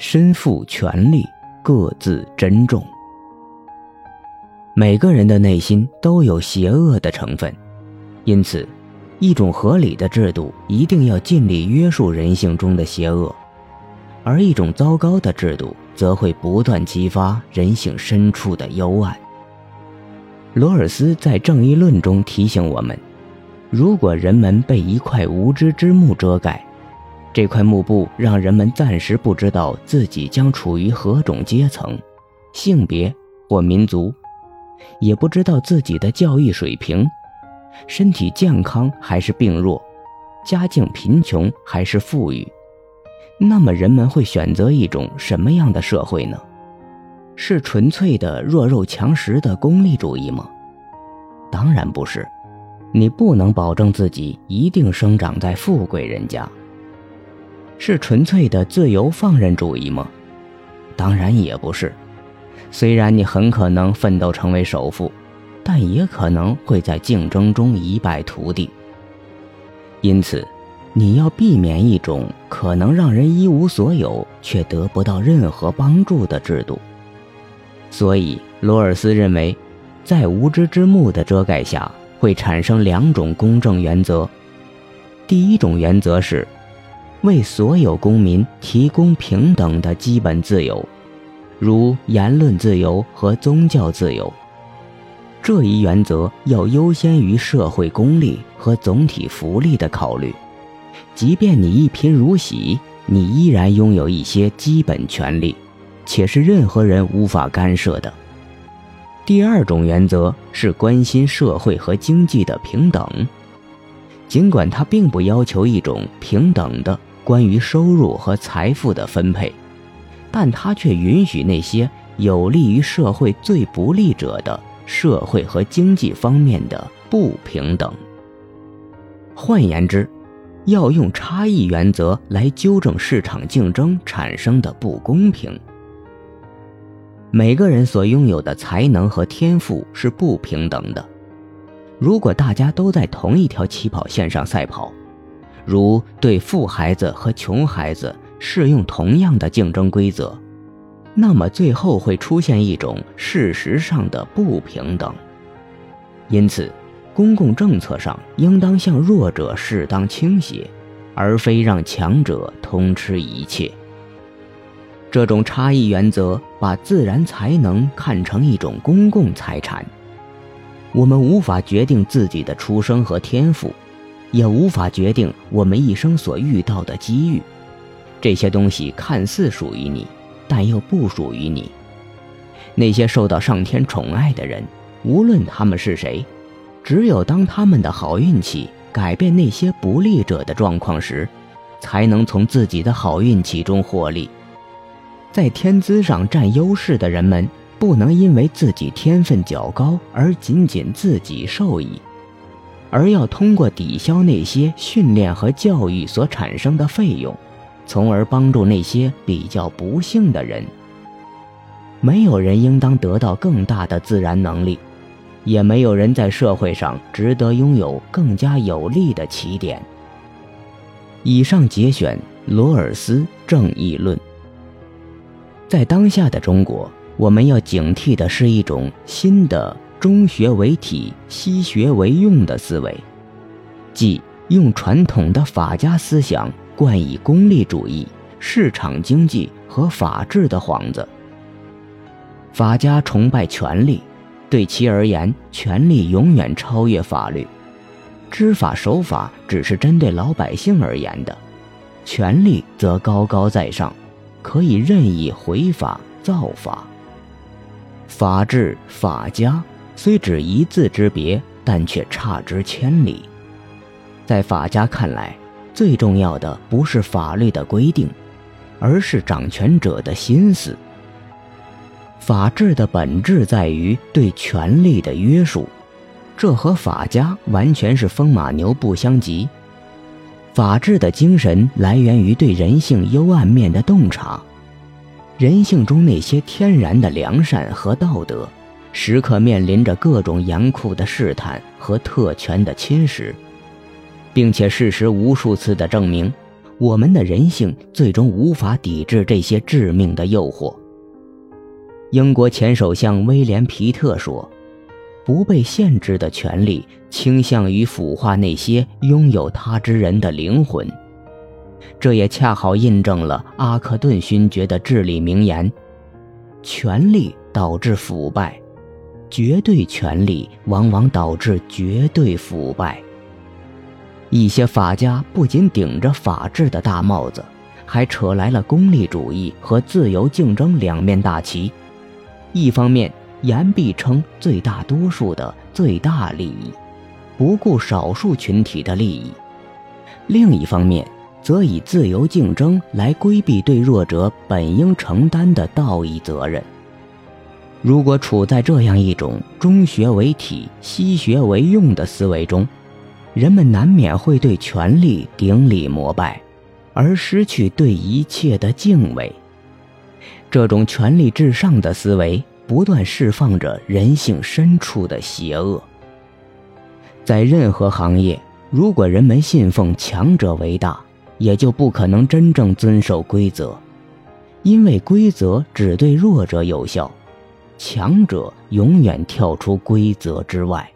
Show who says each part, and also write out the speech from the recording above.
Speaker 1: 身负权力，各自珍重。每个人的内心都有邪恶的成分，因此一种合理的制度一定要尽力约束人性中的邪恶，而一种糟糕的制度则会不断激发人性深处的幽暗。罗尔斯在《正义论》中提醒我们，如果人们被一块无知之幕遮盖，这块幕布让人们暂时不知道自己将处于何种阶层、性别或民族，也不知道自己的教育水平、身体健康还是病弱、家境贫穷还是富裕，那么人们会选择一种什么样的社会呢？是纯粹的弱肉强食的功利主义吗？当然不是，你不能保证自己一定生长在富贵人家。是纯粹的自由放任主义吗？当然也不是，虽然你很可能奋斗成为首富，但也可能会在竞争中一败涂地。因此你要避免一种可能让人一无所有却得不到任何帮助的制度。所以罗尔斯认为，在无知之幕的遮盖下会产生两种公正原则。第一种原则是为所有公民提供平等的基本自由，如言论自由和宗教自由。这一原则要优先于社会公利和总体福利的考虑，即便你一贫如洗，你依然拥有一些基本权利，且是任何人无法干涉的。第二种原则是关心社会和经济的平等，尽管它并不要求一种平等的关于收入和财富的分配，但它却允许那些有利于社会最不利者的社会和经济方面的不平等。换言之，要用差异原则来纠正市场竞争产生的不公平。每个人所拥有的才能和天赋是不平等的。如果大家都在同一条起跑线上赛跑，如对富孩子和穷孩子适用同样的竞争规则，那么最后会出现一种事实上的不平等。因此，公共政策上应当向弱者适当倾斜，而非让强者通吃一切。这种差异原则把自然才能看成一种公共财产。我们无法决定自己的出生和天赋，也无法决定我们一生所遇到的机遇。这些东西看似属于你，但又不属于你。那些受到上天宠爱的人，无论他们是谁，只有当他们的好运气改变那些不利者的状况时，才能从自己的好运气中获利。在天资上占优势的人们，不能因为自己天分较高而仅仅自己受益，而要通过抵消那些训练和教育所产生的费用，从而帮助那些比较不幸的人。没有人应当得到更大的自然能力，也没有人在社会上值得拥有更加有利的起点。以上节选罗尔斯《正义论》。在当下的中国，我们要警惕的是一种新的中学为体、西学为用的思维，即用传统的法家思想冠以功利主义、市场经济和法治的幌子。法家崇拜权力，对其而言，权力永远超越法律。知法守法只是针对老百姓而言的，权力则高高在上，可以任意毁法造法。法治、法家虽只一字之别，但却差之千里。在法家看来，最重要的不是法律的规定，而是掌权者的心思。法治的本质在于对权力的约束，这和法家完全是风马牛不相及。法治的精神来源于对人性幽暗面的洞察，人性中那些天然的良善和道德，时刻面临着各种严酷的试探和特权的侵蚀，并且事实无数次地证明， 我们的人性最终无法抵制这些致命的诱惑。英国前首相威廉·皮特说，不被限制的权利倾向于腐化那些拥有它之人的灵魂。这也恰好印证了阿克顿勋爵的至理名言：权力导致腐败，绝对权力往往导致绝对腐败。一些法家不仅顶着法治的大帽子，还扯来了功利主义和自由竞争两面大旗。一方面言必称最大多数的最大利益，不顾少数群体的利益；另一方面则以自由竞争来规避对弱者本应承担的道义责任。如果处在这样一种中学为体、西学为用的思维中，人们难免会对权力顶礼膜拜，而失去对一切的敬畏。这种权力至上的思维不断释放着人性深处的邪恶。在任何行业，如果人们信奉强者为大，也就不可能真正遵守规则，因为规则只对弱者有效，强者永远跳出规则之外。